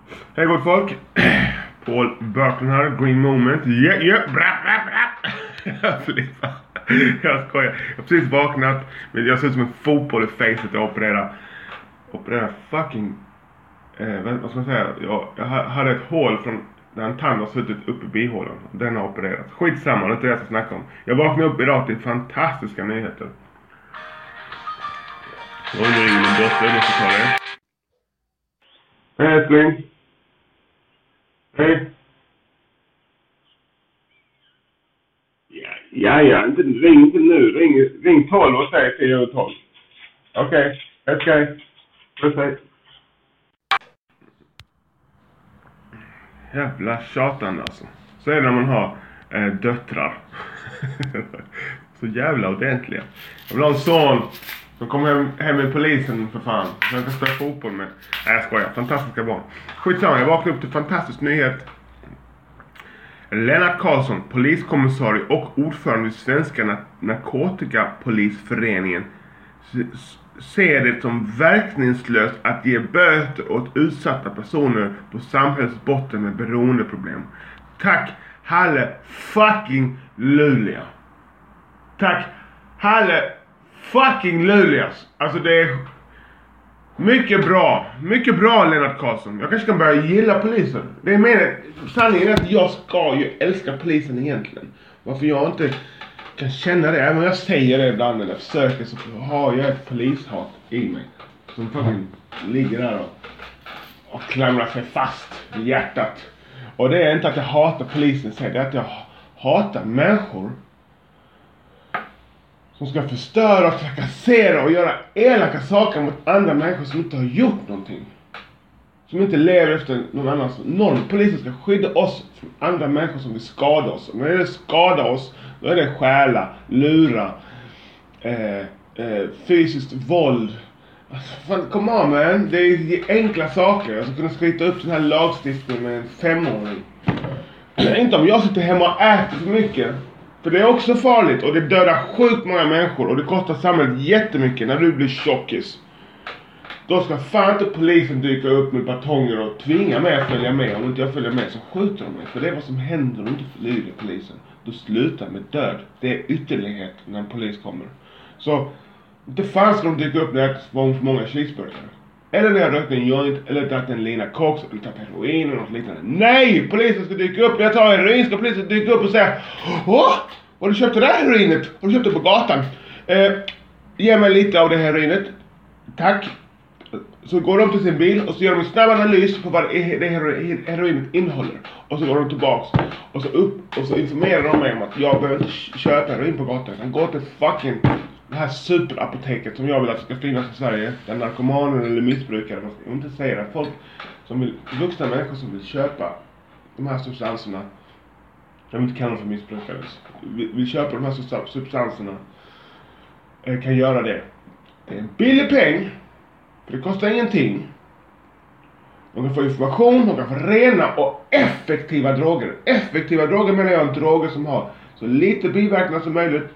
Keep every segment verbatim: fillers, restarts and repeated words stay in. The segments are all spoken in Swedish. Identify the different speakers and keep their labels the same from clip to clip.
Speaker 1: Hej gott folk. Paul Burton här, Green Moment. Ja, yeah, ja, yeah. Bra, bra, bra. Jag flippar. Jag skojar. Jag har precis vaknat. Men jag ser ut som en fotboll i facet. Jag opererar. Opererar fucking... Eh, vad ska man säga? Jag, jag hade ett hål från... där en tand har suttit upp i bihålan. Den har opererats. Skitsamma, det är inte det jag ska snacka om. Jag vaknade upp idag till fantastiska nyheter. Jag undrar ingen min dotter, jag måste ta det. Hej älskling. Hej. Ja, ja, ja. Inte, ring inte nu. Ring, ring tolv och säg tio över tolv. Okej, okej. Okay. Puss hej. Jävla tjatan alltså. Så är det när man har eh, döttrar. Så jävla ordentliga. Jag vill ha en son som kommer hem, hem med polisen för fan. Jag kan spela fotboll med. Nej jag skojar, fantastiska barn. Skitsamma, jag vaknade upp till fantastisk nyhet. Lennart Karlsson, poliskommissarie och ordförande i Svenska narkotikapolisföreningen, ser det som verkningslöst att ge böter åt utsatta personer på samhällsbotten med beroendeproblem. Tack Halle fucking Luleå. Tack Halle fucking Luleås. Alltså det är mycket bra. Mycket bra Lennart Karlsson. Jag kanske kan börja gilla polisen. Det är mer sanningen är att jag ska ju älska polisen egentligen. Varför jag inte kan känna det. Även om jag säger det ibland eller försöker så har jag ett polishat i mig. Som fucking ligger där och, och klamrar sig fast i hjärtat. Och det är inte att jag hatar polisen. Det är att jag hatar människor som ska förstöra och trakassera och göra elaka saker mot andra människor som inte har gjort någonting. Som inte lever efter någon annans norm. Polisen ska skydda oss från andra människor som vill skada oss. Och när det skada oss, då är det stjäla, lura, eh, eh, fysiskt våld. Alltså, fan, come on man. Det är enkla saker. Jag ska kunna skriva upp den här lagstiftningen med en femåring. Inte om jag sitter hemma och äter för mycket. För det är också farligt och det dödar sjukt många människor. Och det kostar samhället jättemycket när du blir tjockis. Då ska fan inte polisen dyka upp med batonger och tvinga mig att följa med. Om inte jag följer med så skjuter de mig. För det är vad som händer om du inte följer polisen. Du slutar med död. Det är ytterlighet när en polis kommer. Så inte fan ska de dyka upp när jag äter för många cheeseburgare. Eller när jag rökt en joint. Eller tagit en lina koks. Eller tagit heroin eller något liknande. Nej! Polisen ska dyka upp. När jag tar heroin ska polisen dyka upp och säga: åh! Har du köpt det där heroinet? Har du köpt det på gatan? Eh, ge mig lite av det heroinet. Tack. Så går de till sin bil och så gör de en snabb analys på vad det heroinet innehåller. Och så går de tillbaks och så upp och så informerar de mig om att jag behöver inte köpa heroin på gatan. Jag kan gå till fucking det här superapoteket som jag vill att ska finnas i Sverige. Där narkomaner eller missbrukare, man ska inte säga det. Folk som vill, vuxna människor som vill köpa de här substanserna. Jag vill inte kalla dem för missbrukare. Vill, vill köpa de här substanserna. Kan göra det. Det är en billig peng. För det kostar ingenting. De kan få information, de kan få rena och effektiva droger. Effektiva droger menar jag är droger som har så lite biverkningar som möjligt.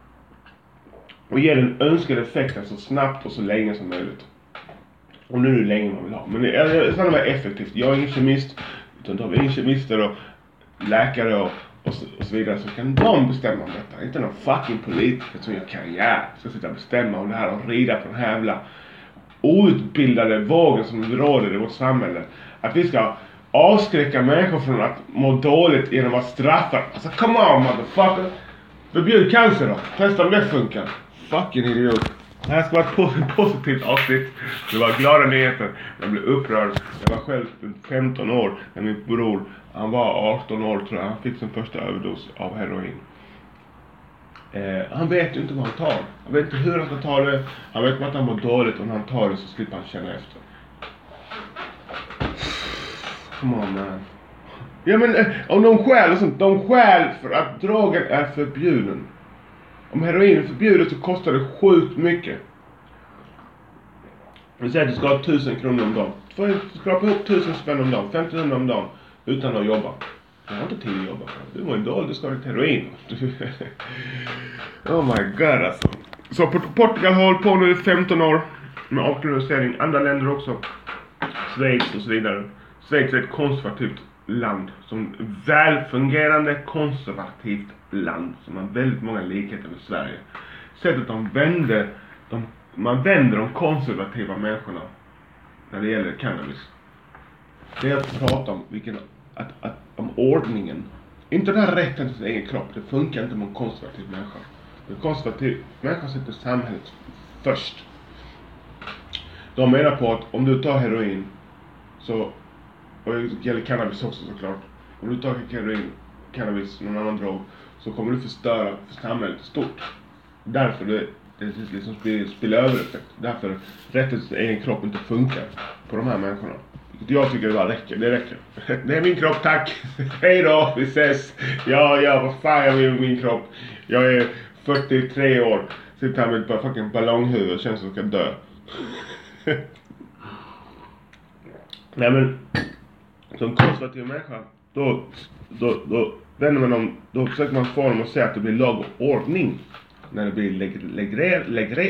Speaker 1: Och ger den önskade effekten så snabbt och så länge som möjligt. Om det nu är länge man vill ha. Men det är snarare effektivt. Jag är ingen kemist. Utan då har vi ingen kemister och läkare och, och, så, och så vidare. Så kan de bestämma om detta. Inte någon fucking politiker som gör karriär. Ska sitta och bestämma om det här och rida på den här jävla outbildade vågen som råder i vårt samhälle. Att vi ska avskräcka människor från att må dåligt genom att straffa. Alltså come on motherfucker. Förbjud cancer då. Testa om det funkar. Fucking idiot. Det här ska vara ett positivt avsnitt. Det var glada nyheter. Jag blev upprörd. Jag var själv femton år när min bror, han var arton år tror jag. Han fick sin första överdos av heroin. Eh, han vet ju inte vad han tar. Han vet inte hur han ska ta det. Han vet att han mår dåligt. Och när han tar det så slipper han känna efter. Come on man. Ja men eh, om de skäl och sånt. De skäl för att drogen är förbjuden. Om heroin är förbjudet så kostar det sjukt mycket. Vi säger att du ska ha tusen kronor om dagen. Du får skrapa ihop tusen spänn om dagen. femtonhundra om dagen. Utan att jobba. Jag har inte tid att jobba. Du mår ju dåligt, du ska ha ett heroin. Oh my god alltså. Så Portugal har hållit på nu i femton år med avkriminalisering. Andra länder också. Schweiz och så vidare. Schweiz är ett konservativt land. Som välfungerande konservativt land. Som har väldigt många likheter med Sverige. Sättet de vänder, de, man vänder de konservativa människorna när det gäller cannabis. Det är att prata om vilken, att, att, om ordningen. Inte den här rätten till sin egen kropp. Det funkar inte med en konservativ människa. En konservativ människa sätter samhället först. De menar på att om du tar heroin, så, och det gäller cannabis också såklart. Om du tar heroin, cannabis, någon annan drog, så kommer du förstöra för samhället stort. Därför det, det liksom spiller över effekt. Därför rätten till sin egen kropp inte funkar på de här människorna. Jag tycker det bara räcker, det räcker. Det är min kropp, tack. Hej då, vi ses. Ja, ja, vad fan jag vill med min kropp. Jag är fyrtiotre år. Sitter här med ett bara fucking ballonghuvud och känns som att jag ska dö. Nej men, som konservativ människa, då, då, då vänder man om, då försöker man få dem att säga att det blir lag och ordning. När det blir leg, legre, legre,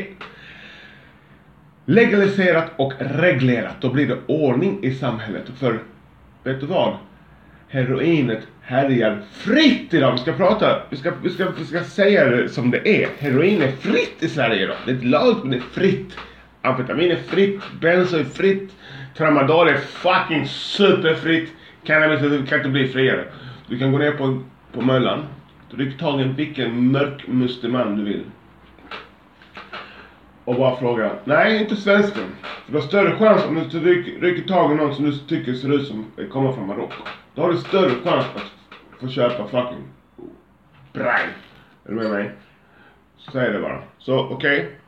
Speaker 1: legaliserat och reglerat, då blir det ordning i samhället. För, vet du vad? Heroinet härjar fritt idag. Vi ska prata, vi ska, vi ska, vi ska säga det som det är. Heroin är fritt i Sverige idag. Det är ett lag, men det är fritt. Amfetamin är fritt, benzo är fritt, tramadol är fucking superfritt. Cannabis kan inte bli friare. Du kan gå ner på, på Möllan, ryck tag i vilken mörkmustig man du vill och bara fråga, nej inte svensken. För du har större chans om du rycker, rycker tag i någon som du tycker ser ut som kommer från Marocko. Då har du större chans att få köpa fucking braj. Är du med mig? Så säger det bara. Så okej. Okay.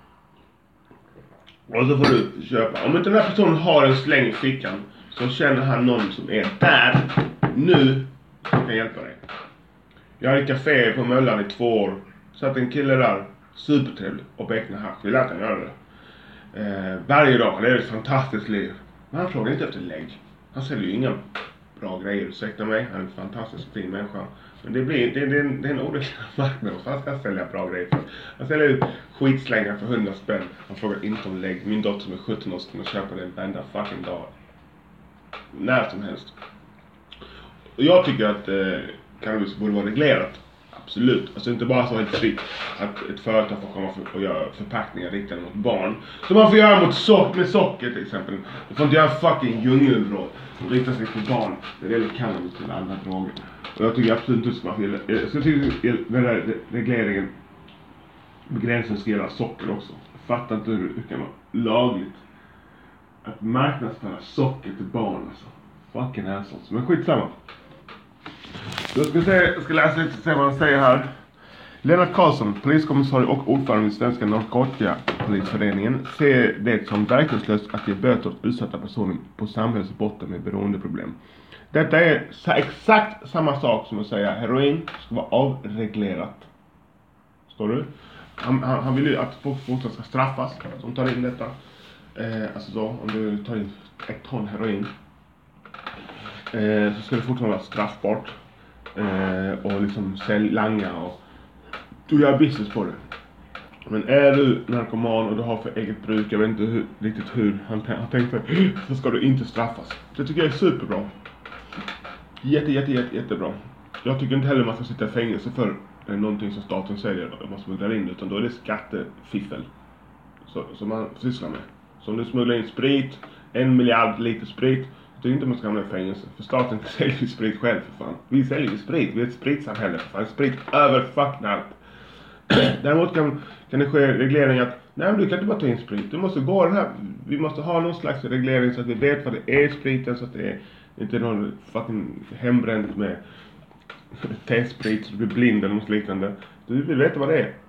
Speaker 1: Och så får du köpa. Om inte den här personen har en släng i fickan, så känner han någon som är där nu som kan hjälpa dig. Jag hade café på Möllan i två år. Satt en kille där, supertrevlig, och beckna hasch. Vi lät han göra det. Eh, varje dag, det är ett fantastiskt liv. Men han frågar inte efter lägg. Han säljer ju inga bra grejer, ursäkta mig. Han är en fantastisk fin människa. Men det blir det, det, det är en oreglerad marknad. Så han ska sälja bra grejer. Han säljer skitslängar för hundra spänn. Han frågar inte om lägg. Min dotter som är sjutton år ska kunna köpa den varenda fucking dag. När som helst. Och jag tycker att eh, cannabis borde vara reglerat. Absolut. Alltså inte bara så helt fritt att ett företag får komma för, och göra förpackningar riktade mot barn. Som man får göra mot socker, med socker till exempel. Du får inte göra fucking djungelvråd som riktar sig till barn. Det gäller cannabis till alla droger. Och jag tycker absolut inte att man får. Så jag tycker den där regleringen, begränsningen ska gälla socker också. Jag fattar inte hur det kan vara lagligt att marknadsföra socker till barn alltså. Fucking assholes. Men skitsamma. Jag ska, se, jag ska läsa lite och se vad han säger här. Lennart Karlsson, poliskommissarie och ordförande i Svenska narkotikapolisföreningen, ser det som verkningslöst att ge böter åt utsatta personer på samhällets botten med beroendeproblem. Detta är exakt samma sak som att säga heroin ska vara avreglerat. Står du? Han, han, han vill ju att folk fortsatt ska straffas som tar in detta. Eh, alltså då, om du tar in ett ton heroin, eh, så ska det fortfarande vara straffbart. Eh, och liksom sälj, langa och du gör business på det. Men är du narkoman och du har för eget bruk, jag vet inte hur, riktigt hur han har tänkt sig, så ska du inte straffas. Det tycker jag är superbra. Jätte, jätte, jätte, jättebra. Jag tycker inte heller man ska sitta i fängelse för det är någonting som staten säger att man smugglar in, utan då är det skattefiffel så, som man sysslar med. Så om du smugglar in sprit, en miljard liter sprit, det är inte man ska hamna i fängelse. För staten säljer ju sprit själv för fan. Vi säljer ju sprit, vi är ett spritsamhälle för fan. Sprit över fucking allt. Däremot kan, kan det ske reglering att nej, men du kan inte bara ta in sprit. Du måste gå den här, vi måste ha någon slags reglering så att vi vet vad det är i spriten, så att det är inte någon fucking hembränt med T-sprit så du blir blind eller något liknande. Du vill veta vad det är.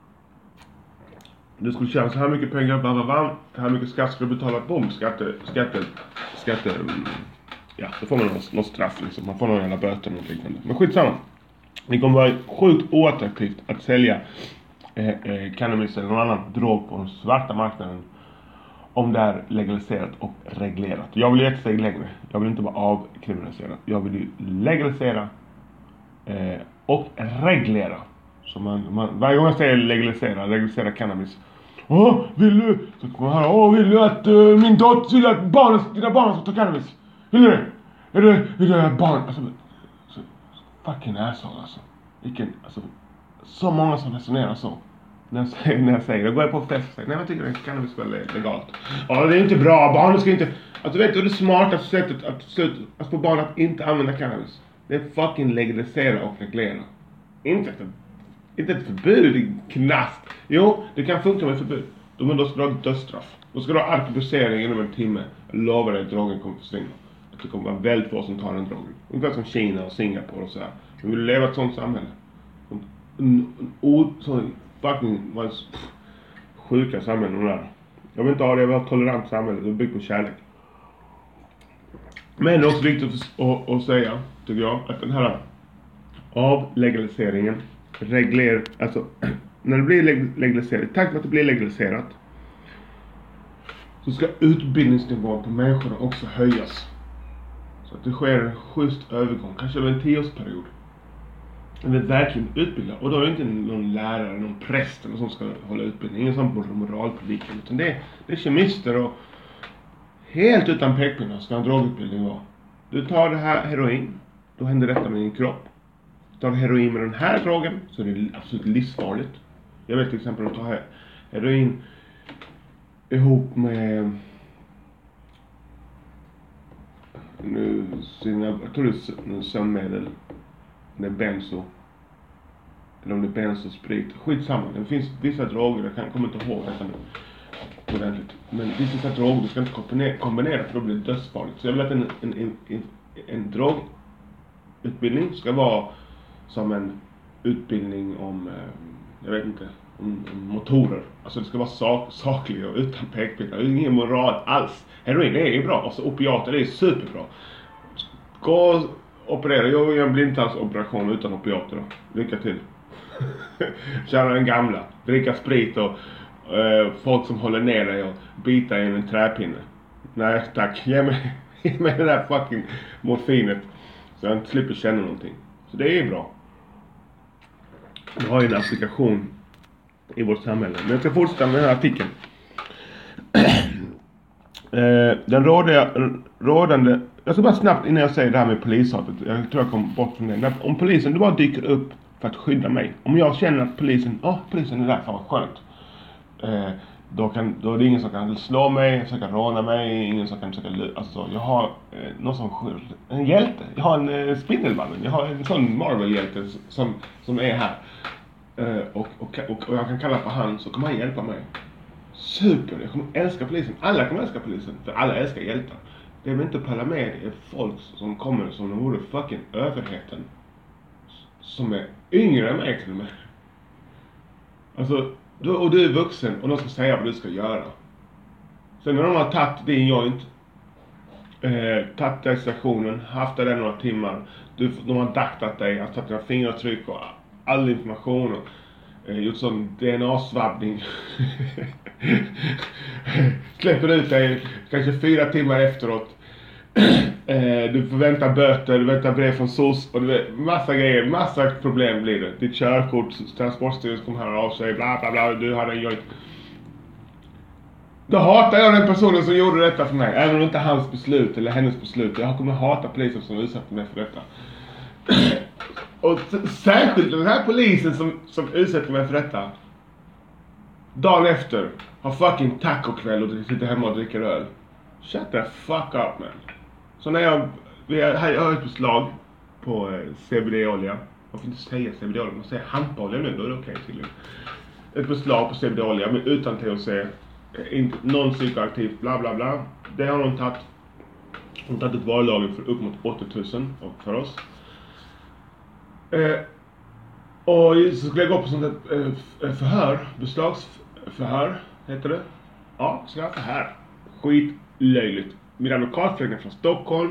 Speaker 1: Du skulle tjäna så här mycket pengar, bam, bam, bam. Så här mycket skatt skulle du betala, bom, skatte, skatte, skatte, ja, då får man något, något straff liksom. Man får några jävla böter eller något liknande. Men skitsamma. Det kommer vara sjukt oattraktivt att sälja eh, eh, cannabis eller någon annan drog på den svarta marknaden om det är legaliserat och reglerat. Jag vill ju ett steg längre. Jag vill inte bara avkriminalisera. Jag vill ju legalisera eh, och reglera. Så man, man, varje gång jag säger legalisera, legalisera cannabis. Åh, vill du? Så kommer man höra, åh, vill du att uh, min dotter, vill att barnen, dina barn ska ta cannabis? Vill du det? Är det, är det barn? Alltså, så, fucking asshole alltså. Vilken, alltså, så många som resonerar så. När jag säger, när jag säger, då går jag på fest och säger, nej jag tycker det kan vara legalt. Ja, det är inte bra, barnen ska inte, alltså vet du det smartaste sättet att sluta, att få barn att inte använda cannabis. Det är fucking legalisera och reglera. Inte ett, inte ett förbud i knast. Jo, det kan funka med förbud. Men då ska du ha dödsstraff. Då ska du ha arkebusering inom en timme. Jag lovar dig att drogen kommer försvinna. Det kommer vara väldigt få som tar den drogen. Ungefär som Kina och Singapore och sådär. Men vill du leva ett sånt samhälle? Sån fucking pff, sjuka samhällen där. Jag vill inte ha det, jag vill ha ett tolerant samhälle. Det är byggt på kärlek. Men det är också viktigt att, att säga, tycker jag, att den här avlegaliseringen reglerar, alltså när det blir legaliserat, i takt med att det blir legaliserat, så ska utbildningsnivån på människorna också höjas. Så att det sker en schysst övergång, kanske över en tioårsperiod. Men det är verkligen utbildad. Och då är det inte någon lärare, någon präst eller som ska hålla utbildning. Ingen sån moralpredikan. Utan det är, det är kemister och helt utan pekpinnar ska en drogutbildning vara. Du tar det här heroin, då händer detta med din kropp. Du tar heroin med den här drogen, så är det absolut livsfarligt. Jag vet till exempel att du tar heroin ihop med nu, sina, jag tror det är sömnmedel. Det är benzo. Eller om det är benzosprit. Skitsamma. Det finns vissa droger. Jag kan, kommer inte ihåg detta nu ordentligt. Men vissa droger du ska inte kombinera, kombinera för då blir det dödsfarligt. Så jag vill att en, en, en, en, en drogutbildning ska vara som en utbildning om, jag vet inte, om, om motorer. Alltså det ska vara sak, saklig och utan pekpinnar. Det är ingen moral alls. Heroin det är bra. Alltså opiater det är superbra. Gå operera. Jag gör en blindtarmsoperation utan opiater då. Lycka till. Köra den gamla. Dricka sprit och uh, folk som håller ner dig och bita i en träpinne. Nej tack. Ge mig, ge mig det där fucking morfinet. Så jag inte slipper känna någonting. Så det är bra. Vi har ju en applikation i vårt samhälle. Men jag ska fortsätta med den här artikeln. uh, den rådiga, rådande... Jag ska bara snabbt innan jag säger det här med polishatet. Jag tror jag kom bort från det. Om polisen du bara dyker upp för att skydda mig. Om jag känner att polisen, ja oh, polisen är där, fan vad skönt. Eh, då, kan, då är det ingen som kan slå mig, försöka råna mig. Ingen som kan försöka, alltså jag har eh, någon som skydd, en hjälte. Jag har en eh, Spindelmannen. Jag har en sån Marvel-hjälte som, som är här. Eh, och, och, och, och jag kan kalla på han så kommer han hjälpa mig. Super, jag kommer älska polisen. Alla kommer älska polisen, för alla älskar hjältar. Det vill inte palla med är folk som kommer som de vore fucking överheten. Som är yngre än mig till och med. Alltså, du, och du är vuxen och de ska säga vad du ska göra. Sen när de har tagit din joint, eh, tagit dig i stationen, haft dig där några timmar. Du, de har daktat dig, har tagit dina fingeravtryck och all information och eh, gjort sån D N A-svabbning. Släpper ut dig kanske fyra timmar efteråt. eh, du får vänta böter, du väntar brev från S O S och du vet, massa grejer, massa problem blir det. Ditt körkort, transportstyrelsen kommer här av sig, bla bla bla, du har en joint. Då hatar jag den personen som gjorde detta för mig, även om det inte är hans beslut eller hennes beslut. Jag kommer hata polisen som utsatte mig för detta. Och särskilt den här polisen som, som utsätter mig för detta. Dagen efter har fucking tacokväll och sitter hemma och dricker öl. Shut the fuck up man. Så när jag, vi har, jag har ett beslag på eh, C B D-olja. Man får inte säga C B D-olja, man säger hampaolja nu, då är det okej okay, tydligen. Ett beslag på C B D-olja men utan T H C. Inte, någon psykoaktivt, bla bla bla. Det har de tagit. De har tagit ett varulager för upp mot åttio tusen för oss. Eh, och så skulle jag gå på sånt ett eh, förhör, beslagsförhör heter det. Ja, så jag förhör. Skitlöjligt. Min advokat flög från Stockholm.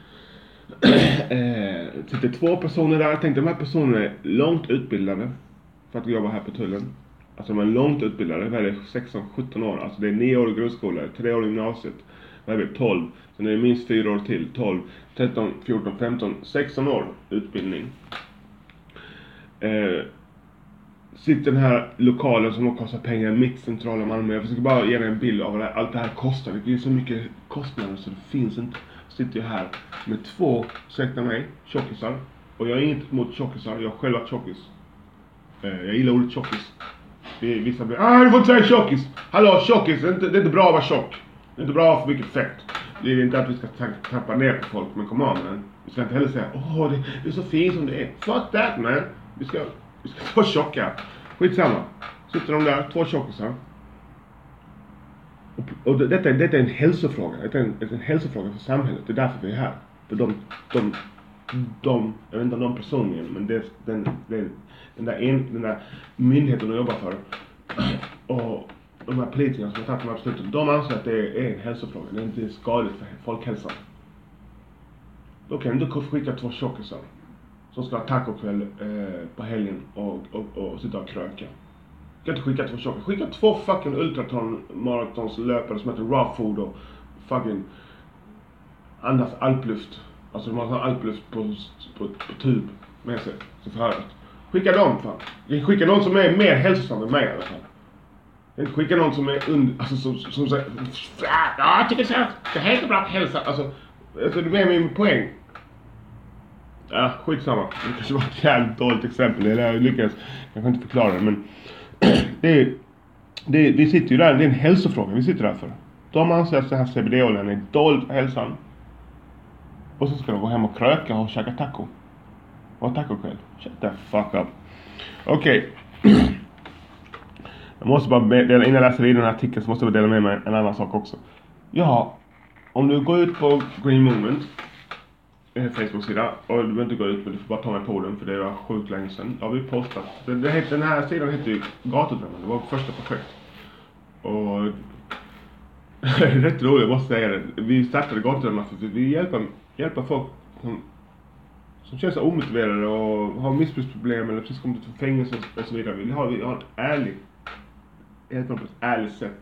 Speaker 1: eh, sitter två personer där. Jag tänkte de här personerna är långt utbildade för att jobba här på tullen. Alltså de är långt utbildade, vad är det, sexton sjutton år. Alltså det är nio år i grundskola, tre år i gymnasiet. Vad är det, tolv. Sen är det minst fyra år till, tolv, tretton, fjorton, femton, sexton år utbildning. Eh, sitter den här lokalen som kostar pengar mitt centrala Malmö. Jag försöker bara ge dig en bild av vad allt det här kostar. Det är så mycket kostnader så det finns inte. Sitter jag här med två, ursäkta mig, tjockisar. Och jag är inte emot tjockisar, jag har själv varit tjockis. Eh, jag gillar ordet tjockis. Vissa blir, ah du får inte säga tjockis. Hallå tjockis, det är, inte, det är inte bra att vara tjock. Det är inte bra att ha för mycket fett. Det är inte att vi ska tappa ner på folk, men kom on man. Vi ska inte heller säga, åh oh, det, det är så fint som det är. Fuck that man. Vi ska, vi ska vara tjocka. Skitsamma. Sitter de där, två tjockisar. Och, och detta, detta är en hälsofråga. Detta är en, det är en hälsofråga för samhället. Det är därför vi är här. För de, de, de jag vet inte om de personligen, men det är den, den, den, där en, den där myndigheten de jobbar för. Och de här politikerna som har tagit de här besluten, de anser att det är en hälsofråga. Det är inte skadligt för folkhälsan. Då kan du inte skicka två tjockisar som ska ha tacokväll eh, på helgen och, och, och sitta och kröka. Du kan inte skicka två tjockisar. Skicka två fucking ultraton maratons löpare som heter raw food och fucking andas alpluft. Alltså de har alpluft på, på, på tub med sig. Så förhöret. Skicka dem fan. Skicka någon som är mer hälsosam än mig i alla fall. Jag skickar någon som är under, alltså som, som säger, ja jag tycker så här, det är helt bra för hälsa. Alltså, alltså det är min poäng. Ja, skitsamma. Det kanske var ett jävligt dåligt exempel. Eller jag lyckas, jag kan inte förklara det. Men det är, det är, vi sitter ju där, det är en hälsofråga vi sitter där för. De anser att den här C B D-oljan är dåligt för hälsan. Och så ska de gå hem och kröka och käka taco. Och taco kväll. Shut the fuck up. Okej. Okay. Jag måste bara dela, innan jag läser vidare den här artikeln så måste jag dela med mig en annan sak också. Ja, om du går ut på Green Movement Facebook-sida och du behöver inte gå ut men du får bara ta med på den för det var sjukt länge sedan. Ja, vi postat. Det, det heter, den här sidan heter ju Gatudrömmen. Det var första projekt. Och det är rätt roligt, jag måste säga det. Vi startade Gatudrömmen för vi hjälper, hjälper folk som, som känner sig omotiverade och har missbruksproblem eller precis kommit ut från fängelse och så vidare. Vi har, vi har ett ärligt helt på ett ärligt sätt.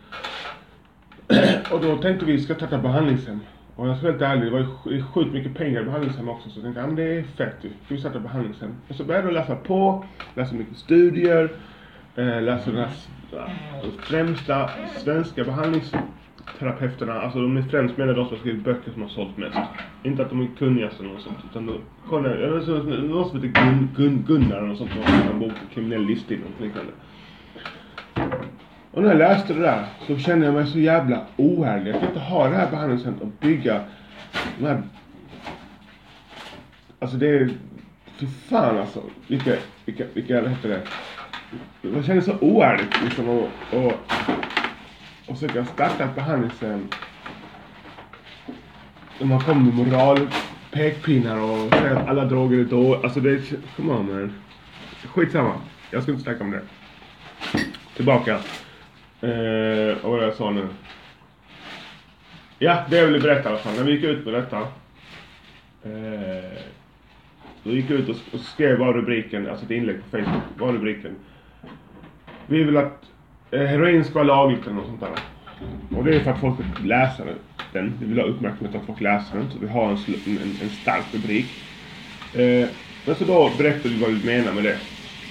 Speaker 1: Och då tänkte vi ska starta behandlingshem. Och jag ska helt ärlig, det var ju sjukt mycket pengar i behandlingshem också. Så jag tänkte, ja men det är fett ju. Vi startar behandlingshem. Och så började jag läsa på, läsa mycket studier. Eh, läsa de, här, de främsta svenska behandlingsterapeuterna. Alltså de är främst med de som har skrivit böcker som har sålt mest. Inte att de är kunnigast eller något sånt. Utan de, kolla, jag vet inte, någon som heter Gun, Gun, Gunnar eller något sånt. Som har en bok om kriminell livsstil och liknande. Och när jag läste det där så kände jag mig så jävla ohärlig. Jag kan inte ha det här behandlingshemmet och bygga de här... Alltså det är... För fan alltså. Vilka, vilka, vilka vad heter det? Jag känner så ohärligt liksom och, och, och försöka starta ett behandlingshem. Och man kommer med moral, pekpinnar och säger att alla droger är då. Alltså det är... Come on man. Skitsamma. Jag ska inte snacka om det. Tillbaka. Eh, och vad jag sa nu. Ja, det jag ville berätta i alla fall. När vi gick ut med detta. Eh, då gick jag ut och, och skrev var rubriken. Alltså ett inlägg på Facebook. Var rubriken. Vi vill att eh, heroin ska vara lagligt eller något sånt där. Och det är för att folk vill läsa den. Vi vill ha uppmärksamhet att folk läser den. Så vi har en, en, en stark rubrik. Eh, men så då berättade vi vad vi menar med det.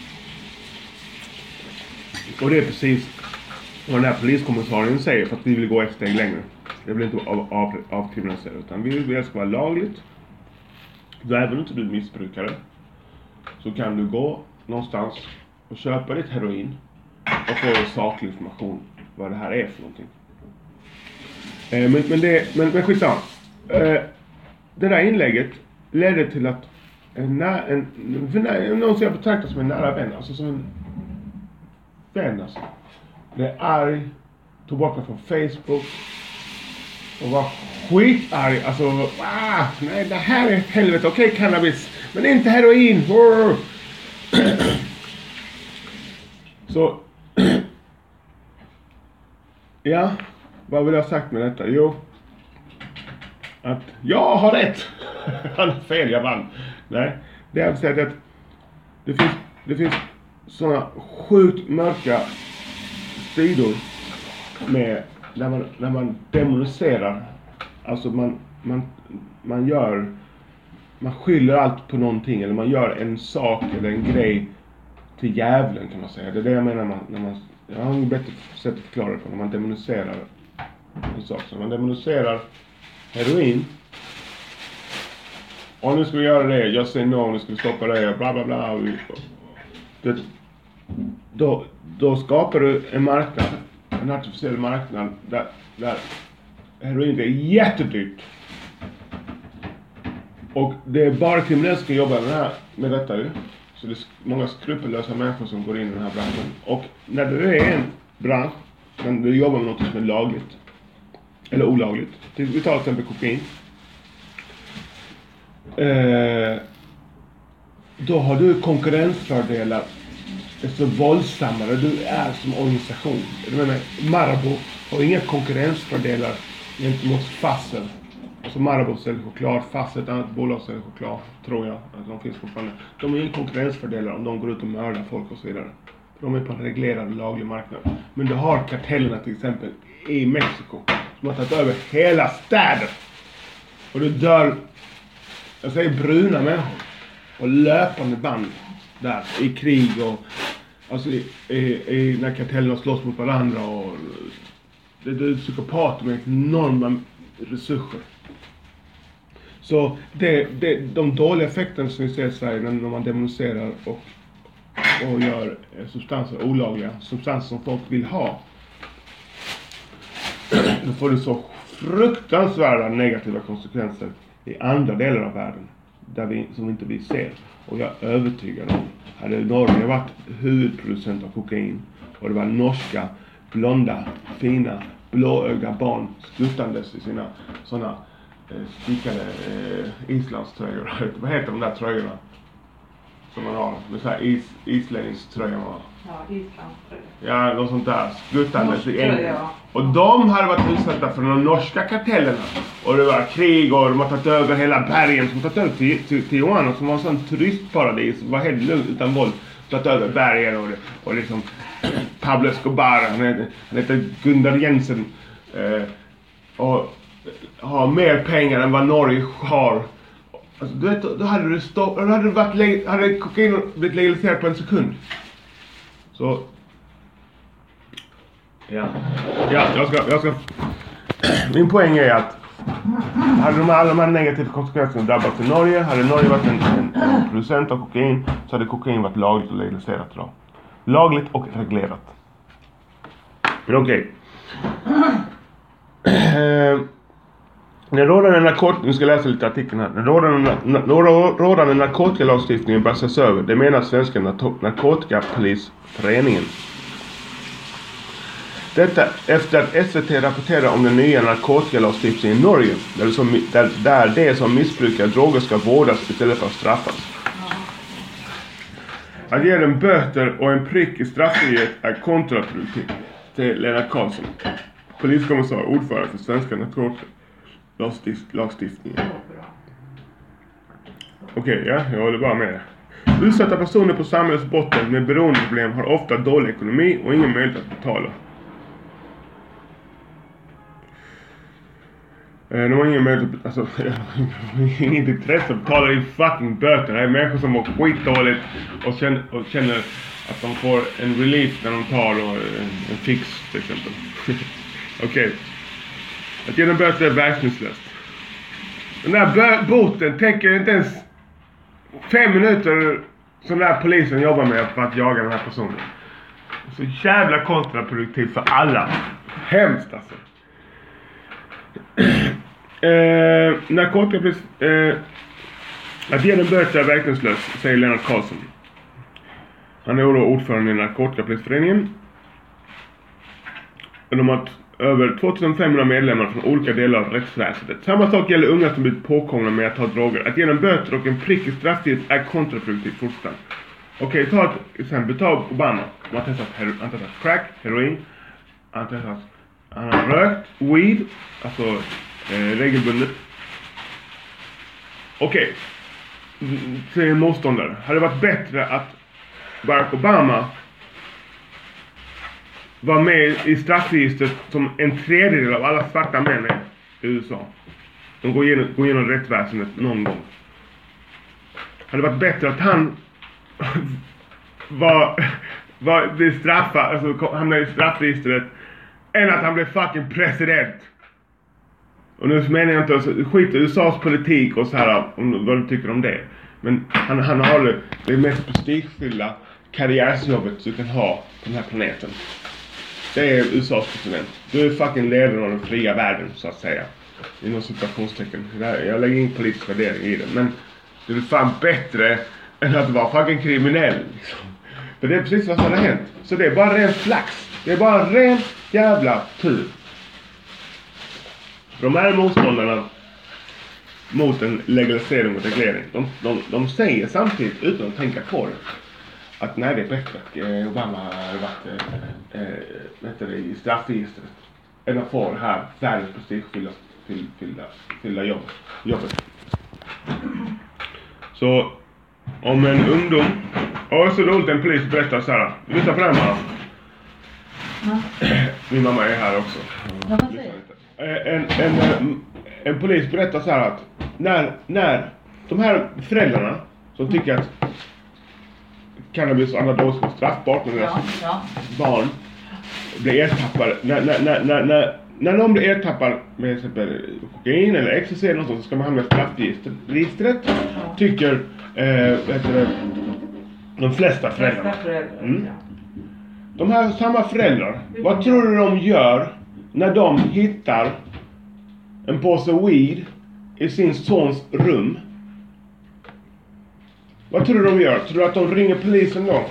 Speaker 1: Och det är precis vad den här poliskommissarien säger, för att vi vill gå ett steg längre. Det vill inte av, av, avkriminalisera, utan vi vill att det ska vara lagligt. Så även om inte du är missbrukare så kan du gå någonstans och köpa ditt heroin och få saklig information vad det här är för någonting. Eh, men, men, det, men, men skitsamma. Eh, det där inlägget ledde till att en, en, en, någon som jag betraktar som en nära vän, alltså som en vän alltså. Det är arg, tog bort mig från Facebook och var skitarg, alltså ah, nej det här är helvete, okej okay, cannabis, men inte heroin. Så ja, vad vill jag ha sagt med detta? Jo, att jag har rätt. Han har fel, jag vann. Nej, det är att säga att det finns, det finns sådana sjukt mörka sidor med när man, när man demoniserar, alltså man, man, man gör, man skyller allt på någonting, eller man gör en sak eller en grej till djävulen kan man säga. Det är det jag menar man, när man, jag har inget bättre sätt att förklara det på, när man demoniserar en sak. Så man demoniserar heroin. Och nu ska vi göra det, jag säger no, nu ska vi stoppa det, bla bla bla. Det, då, då skapar du en marknad, en artificiell marknad där, där heroin är jättedyrt. Och det är bara kriminella som ska jobba med, här, med detta ju. Så det är många skrupellösa människor som går in i den här branschen. Och när det är en bransch, men du jobbar med något som är lagligt. Eller olagligt. Vi tar till exempel kokain. Eh, då har du konkurrensfördelar. Desto våldsammare du är som organisation. Du menar, Marabou har inga konkurrensfördelar gentemot Fassel. Alltså Marabou säljer choklad, Fassel ett annat bolag säljer choklad, tror jag att de finns fortfarande. De har inga konkurrensfördelar om de går ut och mördar folk och så vidare. De är på en reglerad och laglig marknad. Men du har kartellerna till exempel i Mexiko som har tagit över hela städer. Och du dör, jag säger bruna människor och löpande band där i krig och alltså i, i, i när kartellerna slåss mot varandra och det, det är psykopater med enorma resurser. Så det, det, de dåliga effekterna som vi ser i Sverige när man demoniserar och, och gör substanser olagliga, substanser som folk vill ha, då får det så fruktansvärda negativa konsekvenser i andra delar av världen där vi, som inte vi ser. Och jag är övertygad om, hade Norge varit huvudproducent av kokain och det var norska, blonda, fina, blåöga barn skuttandes i sina sådana eh, stickade eh, islandströjor. Vad heter de där tröjorna som man har? Med så här is, islängströjor.
Speaker 2: Ja, islandströjor.
Speaker 1: Ja, något sånt där. Skuttandes i England. Och de hade varit utsatta för de norska kartellerna. Och det var krig och de har tagit över hela bergen. Som tagit över till, till Tijuana som var en sån turistparadis. Det var helt lugnt utan våld. Tagit över bergen och, och liksom Pablo Escobar. Han heter, han heter Gunnar Jensen. Eh, och har mer pengar än vad Norge har. Alltså, du vet, då hade det stopp, då hade det varit, hade kokain blivit legaliserat på en sekund. Så ja, ja jag ska, jag ska min poäng är att hade de alla de här negativa konsekvenserna drabbat i Norge, hade Norge varit en, en, en producent av kokain, så hade kokain varit lagligt och legaliserat idag. Lagligt och reglerat. Men okej. Okay. Den rådande narkot- nu ska jag läsa lite artikeln här. Den rådande, na- rådande narkotikalagstiftningen bör ses över. Det menar Svenska Nar- Narkotikapolisföreningen. Detta efter att S V T rapporterar om den nya narkotikalagstiftningen i Norge. Där, som, där, där det som missbrukar droger ska vårdas istället för att straffas. Att ge dem böter och en prick i straffrihet är kontraproduktivt, till Lennart Karlsson, poliskommissar och ordförande för Svenska Narkotikalagstiftningen. Okej, okay, ja, jag håller bara med. Utsatta personer på samhällets botten med beroendeproblem har ofta dålig ekonomi och ingen möjlighet att betala. De har ingen möjlighet, alltså, inget intresse att betala i fucking böter. Det är människor som mår skitdåligt och känner, och känner att de får en relief när de tar en, en fix till exempel. Okej. Okay. Att ge dem böter är verkningslöst. Den där bö- boten tänker inte ens fem minuter som den här polisen jobbar med för att jaga den här personen. Så jävla kontraproduktivt för alla. Hemskt alltså. eh, narkotikapris eh, att ge den böter är verkningslöst, säger Lennart Karlsson. Han är då ordförande i Narkotikaprisföreningen. De har över tvåtusenfemhundra medlemmar från olika delar av rättsväsendet. Samma sak gäller unga som blivit påkomna med att ta droger. Att ge dem böter och en prick i strafftid är kontraproduktivt fortfarande. Okej, okay, ta ett exempel. Ta Obama. Han har testat, hero- han har testat crack, heroin. Han har testat, han har rökt weed, alltså eh, regelbundet. Okej. Okay. Till en motståndare. Hade det varit bättre att Barack Obama var med i straffregistret som en tredjedel av alla svarta män i U S A. De går igenom, går igenom rättsväsendet någon gång. Hade det varit bättre att han var, var blir straffad, alltså hamnar i straffregistret än att han blir fucking president. Och nu menar jag inte så skit i U S A:s politik och så här om vad du tycker om det. Men han, han har det, det mest prestigefyllda karriärsjobbet du kan ha på den här planeten. Det är U S A:s president. Du är fucking ledaren av den fria världen, så att säga. Inom situationstecken. Jag lägger in politisk värdering i det. Men det är fan bättre än att vara fucking kriminell. Liksom. För det är precis vad som har hänt. Så det är bara ren flax. Det är bara ren jävla tur. De här motståndarna mot en legalisering och reglering. De, de, de säger samtidigt utan att tänka på det. Att nej, det är bättre att Obama har varit äh, äh, det, i straffregistret än att få det här världens prestigefyllda fyllda, fyllda jobb, jobbet. Så om en ungdom, och så roligt en polis berättar så här. Lyssna på den här. Ja. Min mamma är här också.
Speaker 2: Ja, vad säger
Speaker 1: du? En, en, en polis berättar så här att när, när de här föräldrarna som tycker att cannabis och andra droger är straffbart när deras
Speaker 2: ja, ja.
Speaker 1: barn blir ertappade, när, när, när, när, när, när de blir ertappade med exempel kokain eller ecstasy eller något sånt, så ska man hamna i straffregistret, ja. Tycker eh, vet du, de flesta föräldrar. Mm. De här samma föräldrar, vad tror du de gör när de hittar en påse weed i sin sons rum? Vad tror du de gör? Tror du att de ringer polisen då?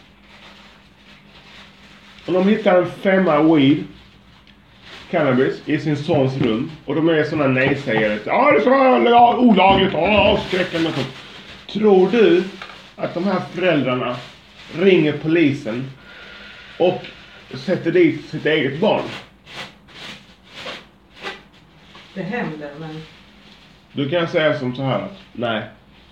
Speaker 1: Om de hittar en femma weed, cannabis, i sin sons rum, och de är sådana nej-sägare. Ja, det är så olagligt. Ja, skräcken och sånt. Tror du att de här föräldrarna ringer polisen och sätter dit sitt eget barn?
Speaker 2: Det händer, men...
Speaker 1: Du kan säga som så här att nej.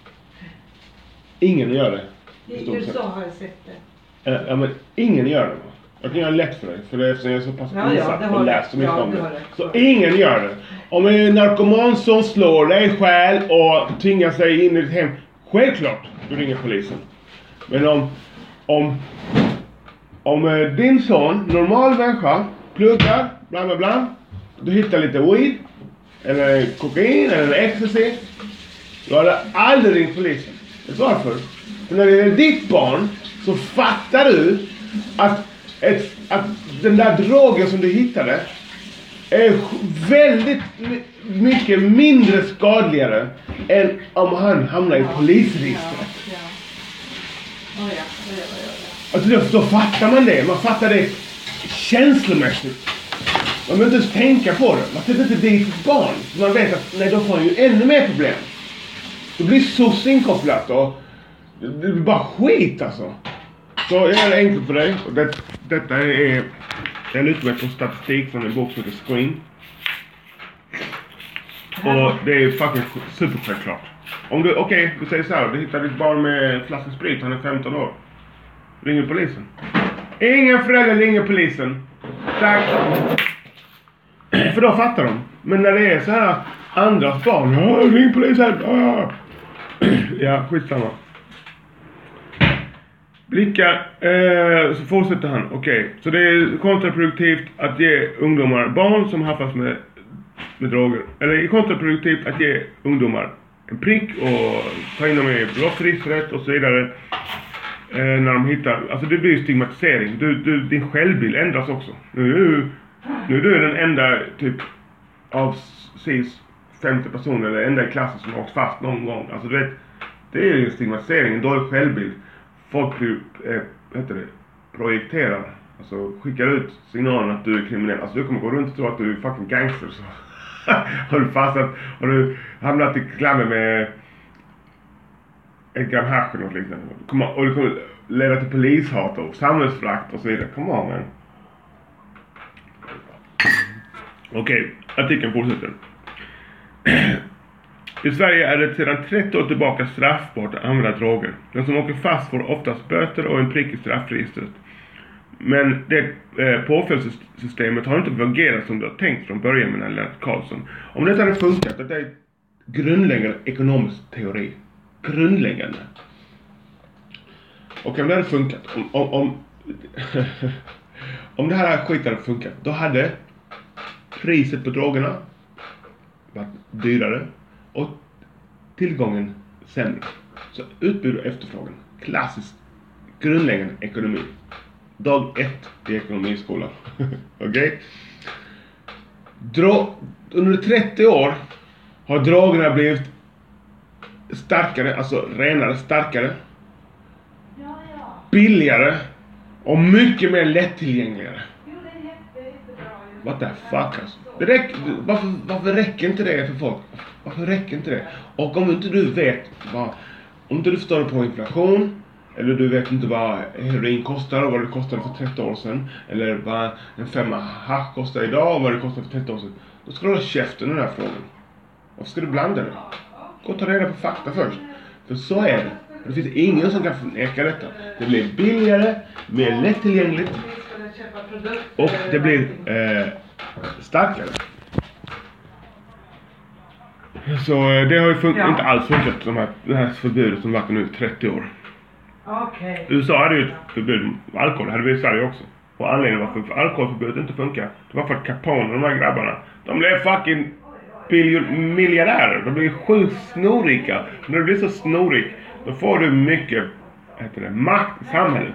Speaker 1: Ingen gör det.
Speaker 2: I U S A har jag sett det.
Speaker 1: Ja, men ingen gör det. Jag kan göra lätt för dig. För det är eftersom jag är så pass
Speaker 2: ja,
Speaker 1: insatt
Speaker 2: ja,
Speaker 1: och läst så mycket
Speaker 2: ja,
Speaker 1: om det.
Speaker 2: det.
Speaker 1: Så ingen gör det. Om en narkoman som slår dig själv och tvingar sig in i ditt hem. Självklart, du ringer polisen. Men om... Om... Om din son, normal människa, pluggar, bla bla bla. Du hittar lite weed. Eller kokain, eller ecstasy. Du hade aldrig ringt polisen. Vet du varför? För när det är ditt barn så fattar du att, ett, att den där drogen som du hittade är väldigt mycket mindre skadligare än om han hamnar i polisregistret.
Speaker 2: Ja, ja. Oh, ja. Ja, ja, ja, ja.
Speaker 1: Alltså då, då fattar man det. Man fattar det känslomässigt. Man behöver inte ens tänka på det. Man sätter inte dit ett barn. Man vet att nej, då får han ju ännu mer problem. Det blir så inkopplat och det blir bara skit alltså. Så jag gör det enkelt för dig. Och det, detta är en utväg på statistik från en bok som heter Screen. Och det är fucking supersjälvklart. Om du, okej, okay, du säger så här. Du hittar ditt barn med flaska sprit, han är femton år. Ringer polisen. Ingen förälder ringer polisen. Tack. För då fattar de. Men när det är så här andras barn. Ring polisen. Ja, skitsamma. Blicka, eh, så fortsätter han. Okej, okay. Så det är kontraproduktivt att ge ungdomar, barn som haffas med, med droger. Eller kontraproduktivt att ge ungdomar en prick och ta in dem i brottsregistret och så vidare. Eh, när de hittar, alltså det blir stigmatisering. Du, du, din självbild ändras också. Nu, nu är du den enda typ av cis femtio personer eller enda i klassen som har åkt fast någon gång. Alltså du vet, det är ju stigmatisering, en dålig självbild. Folk blir, eh, vad heter det, projekterar, alltså skickar ut signalen att du är kriminell. Alltså du kommer gå runt och tro att du är fucking gangster. Så. Har du fastnat, har du hamnat i klammer med ett gram hasch eller något liknande. Och det kommer leda till polishat och samhällsfrakt och så vidare. Come on, man. Okej, okay, artikeln fortsätter. I Sverige är det sedan trettio år tillbaka straffbart att använda droger. Den som åker fast får oftast böter och en prick i straffregistret. Men det eh, påföljdssystemet har inte fungerat som det har tänkt från början med Lennart Karlsson. Om det hade funkat, det är grundläggande ekonomisk teori. Grundläggande. Och om det hade funkat, om, om, om, om det här skiten hade funkat, då hade priset på drogerna varit dyrare och tillgången sämre. Så utbud och efterfrågan, klassiskt grundläggande ekonomi. Dag ett i ekonomiskolan. Okej? Okay? Dro- under trettio år har drogerna blivit starkare, alltså renare, starkare, billigare och mycket mer lättillgängligare. What the fuck alltså? Det räcker, varför, varför räcker inte det för folk? Varför räcker inte det? Och om inte du vet vad, om inte du förstår på inflation, eller du vet inte vad heroin kostar och vad det kostade för trettio år sedan, eller vad en femma hasch kostar idag och vad det kostar för trettio år sedan, då ska du hålla käften i den här frågan. Varför ska du blanda det? Gå och ta reda på fakta först. För så är det. Det finns ingen som kan förneka detta. Det blir billigare, mer lättillgängligt och det blir eh, starkare. Så det har ju fun- ja. inte alls funkat, de här, det här förbudet som varit nu i trettio år.
Speaker 2: Okay.
Speaker 1: U S A hade ju ett förbud med alkohol, det hade vi i Sverige också. Och anledningen varför alkoholförbudet inte funkar, det var för att Capone och de här grabbarna, de blev fucking biljon, miljardärer. De blir sjukt snorrika. När du blir så snorik, då får du mycket heter det, makt i samhället.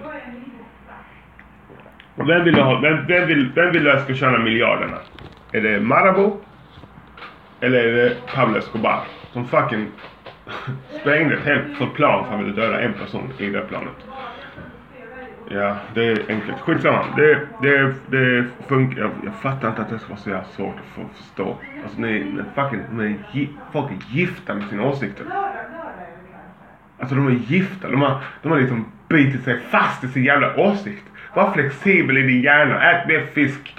Speaker 1: Och vem vill ha, vem, vem vill, vem vill att ska tjäna miljarderna? Är det Marabou? Eller är det Pablo Escobar? Som fucking sprängde ett helt för plan för att han ville döda en person i det planet. Ja, det är enkelt. Skitsamma. Det, det, det funkar. Jag, jag fattar inte att det ska vara så jävla svårt att få förstå. Alltså, ni, ni fucking, ni, folk är gifta med sina åsikter. Alltså, de är gifta. De har, de har liksom bitit sig fast i sin jävla åsikt. Var flexibel i din hjärna. Ät mer fisk.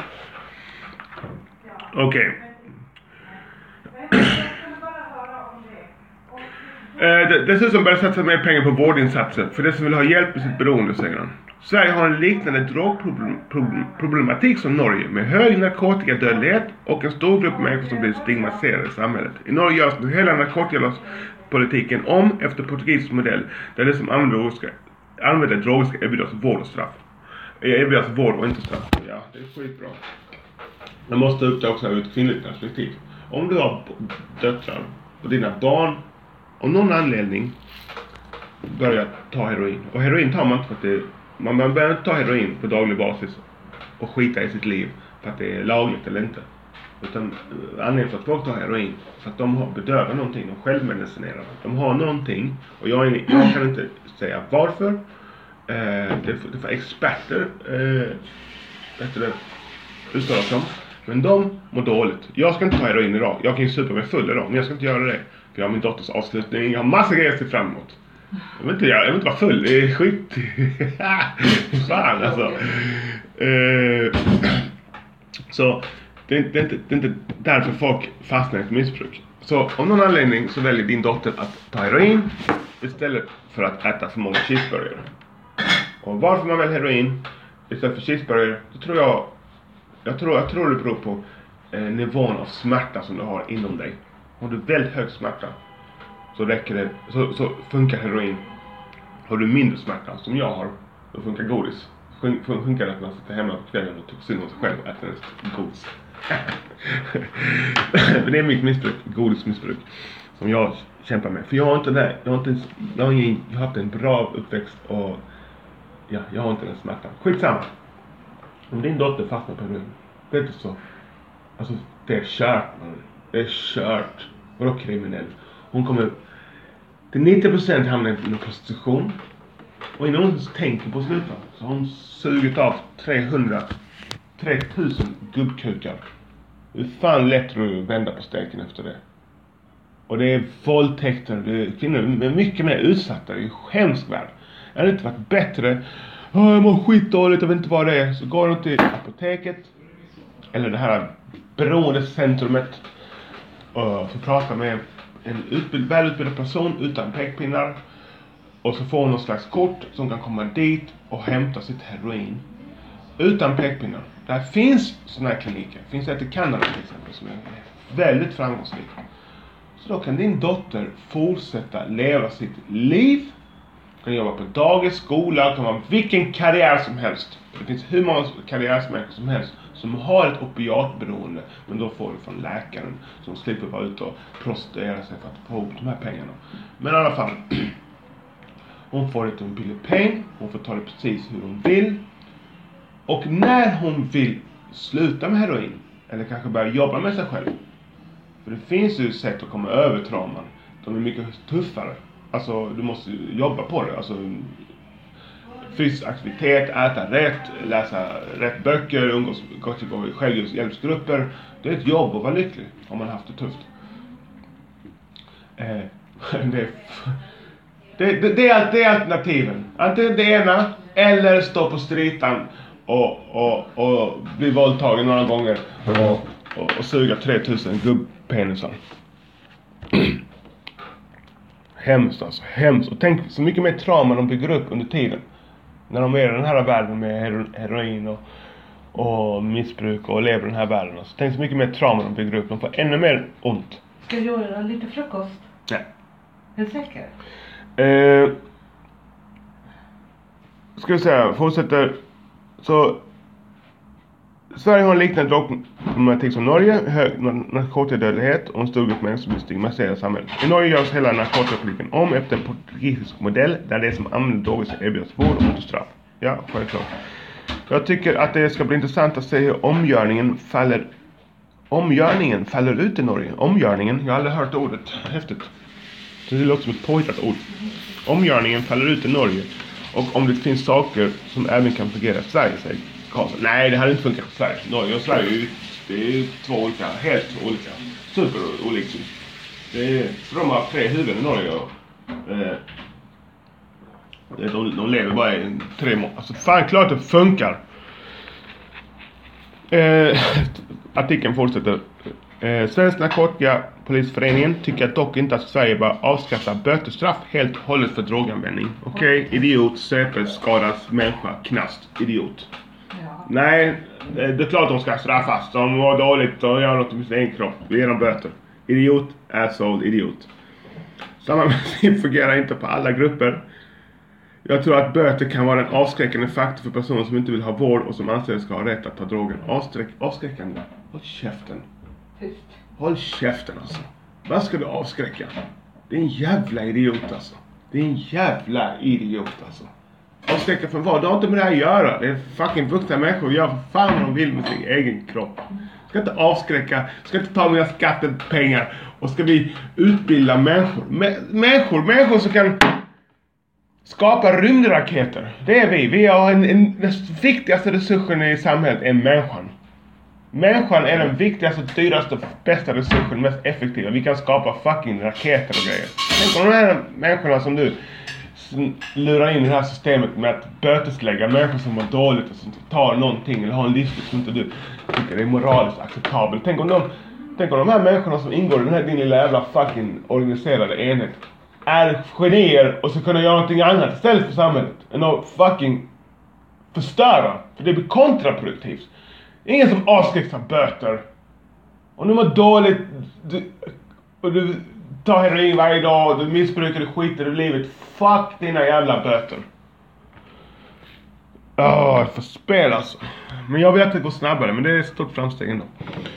Speaker 1: Okej. Okay. Eh, dessutom börjar satsa mer pengar på vårdinsatser för det som vill ha hjälp med sitt beroende, säger han. Sverige har en liknande drogproblematik som Norge med hög narkotikadödlighet och en stor grupp människor som blir stigmatiserade i samhället. I Norge görs nu hela narkotikapolitiken om efter portugisisk modell där det som använder, ska, använder droger ska erbjudas vård och straff. Erbjudas vård och inte straff. Ja, det är skitbra. Man måste upp det också ur ett kvinnligt perspektiv. Om du har döttrar och dina barn av någon anledning börjar ta heroin. Och heroin tar man inte för att det, man börjar inte ta heroin på daglig basis och skita i sitt liv för att det är lagligt eller inte. Utan anledningen för att folk tar heroin för att de har bedövar någonting, de självmedicinerar. De har någonting och jag, är, jag kan inte säga varför. Eh, det, det får experter eh, efter det uttala sig om. Men de mår dåligt. Jag ska inte ta heroin idag. Jag kan ju supa mig full idag, men jag ska inte göra det. För jag har min dotters avslutning. Jag har massa grejer till fram emot. Jag vill inte, jag vill inte vara full. Det är skit. Fan alltså. Uh, så det är, det, är inte, det är inte därför folk fastnar i ett missbruk. Så om någon anledning så väljer din dotter att ta heroin istället för att äta för många cheeseburgare. Och varför man väljer heroin istället för cheeseburgare, då tror jag Jag tror, jag tror det beror på eh, nivån av smärta som du har inom dig. Har du väldigt hög smärta så räcker det, så, så funkar heroin. Har du mindre smärta som jag har, då funkar godis. Fun, fun, funkar det att man sitter hemma på kvällen och tog synd om sig själv och äter en godis. Men det är mitt missbruk, godismissbruk, som jag kämpar med. För jag har inte det, jag har inte, jag har, ingen, jag har haft en bra uppväxt och ja, jag har inte den smärtan. Skitsamma. Om din dotter fastnar på heroin, det är inte så. Alltså, det är kört, man. Det är kört. Vadå kriminell? Hon kommer till nittio procent hamna i prostitution. Och innan hon tänker på slutet så har hon sugit av trehundra tre tusen gubbkukar. Hur fan lätt du vända på steken efter det? Och det är våldtäkter. Det är kvinnor är mycket mer utsatta. Det är hemskt värld. Det hade inte varit bättre. Oh, jag mår skitdåligt, jag vet inte vad det är. Så går du till apoteket eller det här beroendecentrumet och får prata med en utbild, välutbildad person utan pekpinnar. Och så får hon någon slags kort som kan komma dit och hämta sitt heroin utan pekpinnar. Där finns sådana här kliniker. Det finns ett i Kanada till exempel som är väldigt framgångsrik. Så då kan din dotter fortsätta leva sitt liv kan jobba på dagis, skola, kan vara vilken karriär som helst. Det finns hur många karriärsmärken som helst som har ett opiatberoende, men då får det från läkaren som slipper vara ute och prostituera sig för att få ihop de här pengarna. Men i alla fall, hon får inte en billig peng, hon får ta det precis hur hon vill. Och när hon vill sluta med heroin, eller kanske börja jobba med sig själv, för det finns ju sätt att komma över trauman. De är mycket tuffare. Alltså du måste jobba på det. Alltså fysisk aktivitet, äta rätt, läsa rätt böcker, umgås, gå till självhjälpsgrupper. Det är ett jobb att vara lycklig om man haft det tufft. Eh, det, är, det, det, det, är, det är alternativen. Antingen det ena eller stå på stritan och, och, och bli våldtagen några gånger och, och, och suga tre tusen gubbpenisar. Hemskt alltså, hemskt. Och tänk så mycket mer trauma de bygger upp under tiden. När de är i den här världen med hero- heroin och, och missbruk och lever i den här världen. Så tänk så mycket mer trauma de bygger upp. De får ännu mer ont.
Speaker 2: Ska jag göra lite frukost?
Speaker 1: Nej.
Speaker 2: Är du säker?
Speaker 1: Eh, ska vi säga, fortsätter. Så Sverige har en liknande drogproblematik som Norge, hög narkotikadödlighet och en stor grupp människor som blir stigmatiserade i samhället. I Norge görs hela narkotikapolitiken om efter en portugisisk modell där det som använder droger ska erbjudas vård och inte straff. Ja, självklart. Jag tycker att det ska bli intressant att se hur omgörningen faller omgörningen faller ut i Norge. Omgörningen, jag har aldrig hört ordet. Häftigt. Så det låter som ett påhittat ord. Omgörningen faller ut i Norge. Och om det finns saker som även kan fungera i Sverige, säger Karlsson. Nej, det hade inte funkat i Sverige. Norge och Sverige är ju, det är två olika, helt olika. Super olika. Det är, för de har tre huvuden i Norge. Och, eh, de, de lever bara i tre månader. Alltså fan klart det funkar. Eh, artikeln fortsätter. Eh, Svensk narkotikapolisföreningen tycker dock inte att Sverige bör avskaffa bötestraff helt och hållet för droganvändning. Okej, okay, idiot, söper, skadas, människa, knast, idiot. Ja. Nej, det är klart de ska straffas. De mår dåligt och gör något med sin egen kropp. Vi ger dem böter. Idiot, asshole, idiot. Samma princip fungerar inte på alla grupper. Jag tror att böter kan vara en avskräckande faktor för personer som inte vill ha vård och som anser ska ha rätt att ta drogen. Avskräck, avskräckande. Håll käften.
Speaker 2: Tyst.
Speaker 1: Håll käften alltså. Vad ska du avskräcka? Det är en jävla idiot alltså. Det är en jävla idiot alltså. Avskräcka för vad? Det har inte med det här att göra. Det är fucking vuxna människor. Gör för fan vad de vill med sin egen kropp. Ska inte avskräcka. Ska inte ta mina skattepengar. Och ska vi utbilda människor. Mä- människor. Människor som kan skapa rymdraketer. Det är vi. Vi har en, en, den viktigaste resursen i samhället är människan. Människan är den viktigaste, dyraste, bästa resursen, mest effektiva. Vi kan skapa fucking raketer och grejer. Tänk om de här människorna som du som lurar in i det här systemet med att böteslägga människor som mår dåligt och som tar någonting eller har en livsstil som inte du tycker är moraliskt acceptabel. Tänk om de, tänk om de här människorna som ingår i den här din lilla jävla fucking organiserade enhet är genier och ska kunna göra någonting annat istället för samhället än att fucking förstöra. För det blir kontraproduktivt. Ingen som avskräcks av böter. Om du mår dåligt du, och du tar heroin varje dag och du missbrukar och skiter i livet. Fuck dina jävla böter. Åh, oh, jag får spela alltså. Men jag vet att det går snabbare, men det är ett stort framsteg ändå.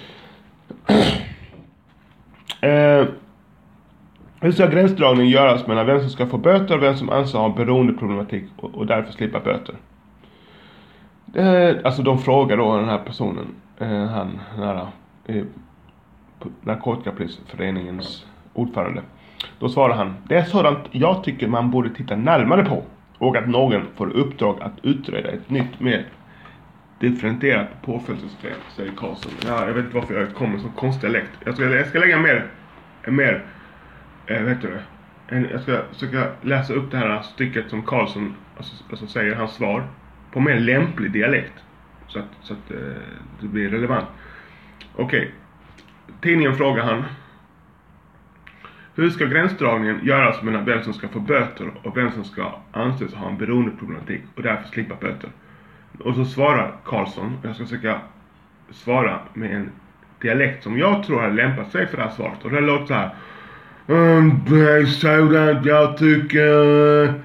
Speaker 1: eh, hur ska gränsdragningen göras mellan vem som ska få böter och vem som anser ha beroendeproblematik och, och därför slippa böter? Eh, alltså de frågar då den här personen, eh, han, den här eh, narkotikapolisföreningens ordförande. Då svarar han: det är sådant jag tycker man borde titta närmare på och att någon får uppdrag att utreda ett nytt mer differentierat påföljdssystem, säger Karlsson. Ja, jag vet inte varför jag kommer som konstig dialekt. Jag ska, jag ska lägga mer, mer eh, vet du det? En, jag ska försöka läsa upp det här stycket som Karlsson alltså, alltså säger hans svar på mer lämplig dialekt så att, så att eh, det blir relevant. Okej. Okay. Tidningen frågar han: hur ska gränsdragningen göras mellan vem som ska få böter och vem som ska anses ha en beroendeproblematik och därför slippa böter? Och så svarar Karlsson, jag ska försöka svara med en dialekt som jag tror har lämpat sig för det här svaret. Och det låter så här: um, det är sådant jag tycker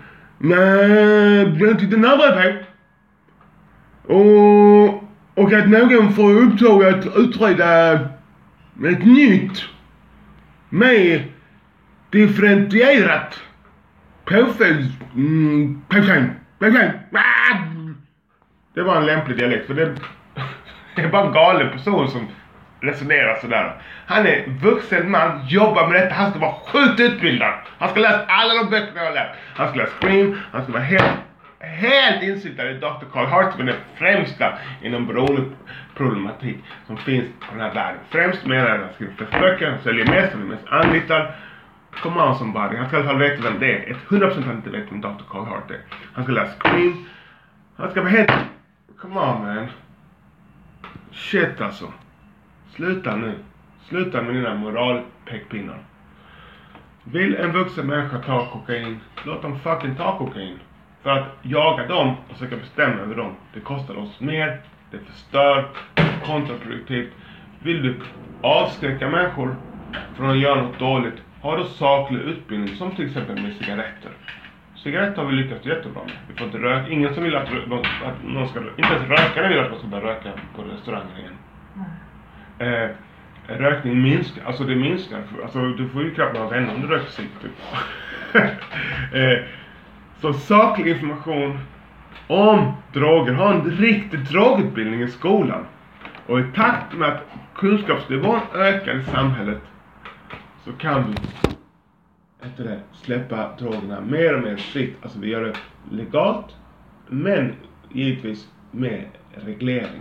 Speaker 1: Men jag tittar närmare på. Och, och att någon får upptag att utreda ett nytt, mer differentierat påföljd. Mm, påföljd. Påföljd. Det var en lämplig dialekt, för det, det är bara en galen person som resonerar sådär. Han är vuxen man, jobbar med detta, han ska vara sjukt utbildad. Han ska läsa alla de böckerna jag har läst. Han ska läsa Scream, han ska vara helt, helt insyltad i doktor Carl Hart, som är den främsta inom beroendeproblematik som finns på den här världen. Främst menar jag att han skriver flest böcker, han säljer mest, han är mest anlitad. Come on somebody, han ska i alla fall veta vem det är. Ett hundra procent han inte vet vem doktor Carl Hart är. Han ska läsa Scream, han ska vara helt... Come on man. Shit alltså. Sluta nu. Sluta med dina moralpekpinnar. Vill en vuxen människa ta kokain, låt dem fucking ta kokain. För att jaga dem och försöka bestämma över dem, det kostar oss mer, det förstör, kontraproduktivt. Vill du avskräcka människor från att göra något dåligt, har du saklig utbildning, som till exempel med cigaretter. Cigaretter har vi lyckats jättebra med. Vi får inte röka. Ingen som vill att, att någon ska röka. Inte ens rökarna vill att man ska börja röka på restaurangen igen. Mm. Eh, rökning minskar. Alltså det minskar. Alltså du får ju knappt några vänner om du röker sig. Typ. eh, så saklig information om droger. Ha en riktig drogutbildning i skolan. Och i takt med att kunskapsnivån ökar i samhället, så kan vi efter det släppa drogerna mer och mer fritt. Alltså vi gör det legalt, men givetvis med reglering.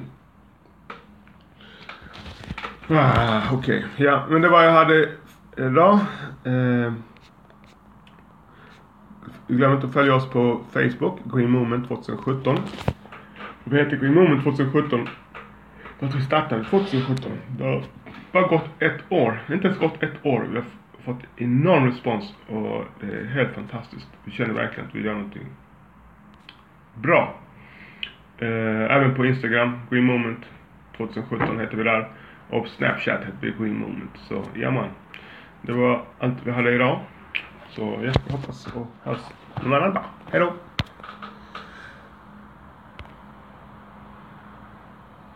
Speaker 1: Ah, okej. Okay. Ja, men det var jag hade idag. Eh, glöm inte att följa oss på Facebook, Green Movement tjugohundrasjutton. Vi heter Green Movement tjugohundrasjutton. Då vi startade tjugohundrasjutton. Det har bara gått ett år. Inte ens gått ett år. Vi har fått enorm respons och det är helt fantastiskt. Vi känner verkligen att vi gör någonting bra. Eh, även på Instagram, Green Movement tjugohundrasjutton heter vi där. Och på Snapchat heter vi Green Movement. Så ja man, det var allt vi hade idag. Så ja, jag hoppas och hörs någon annan dag. Hej då!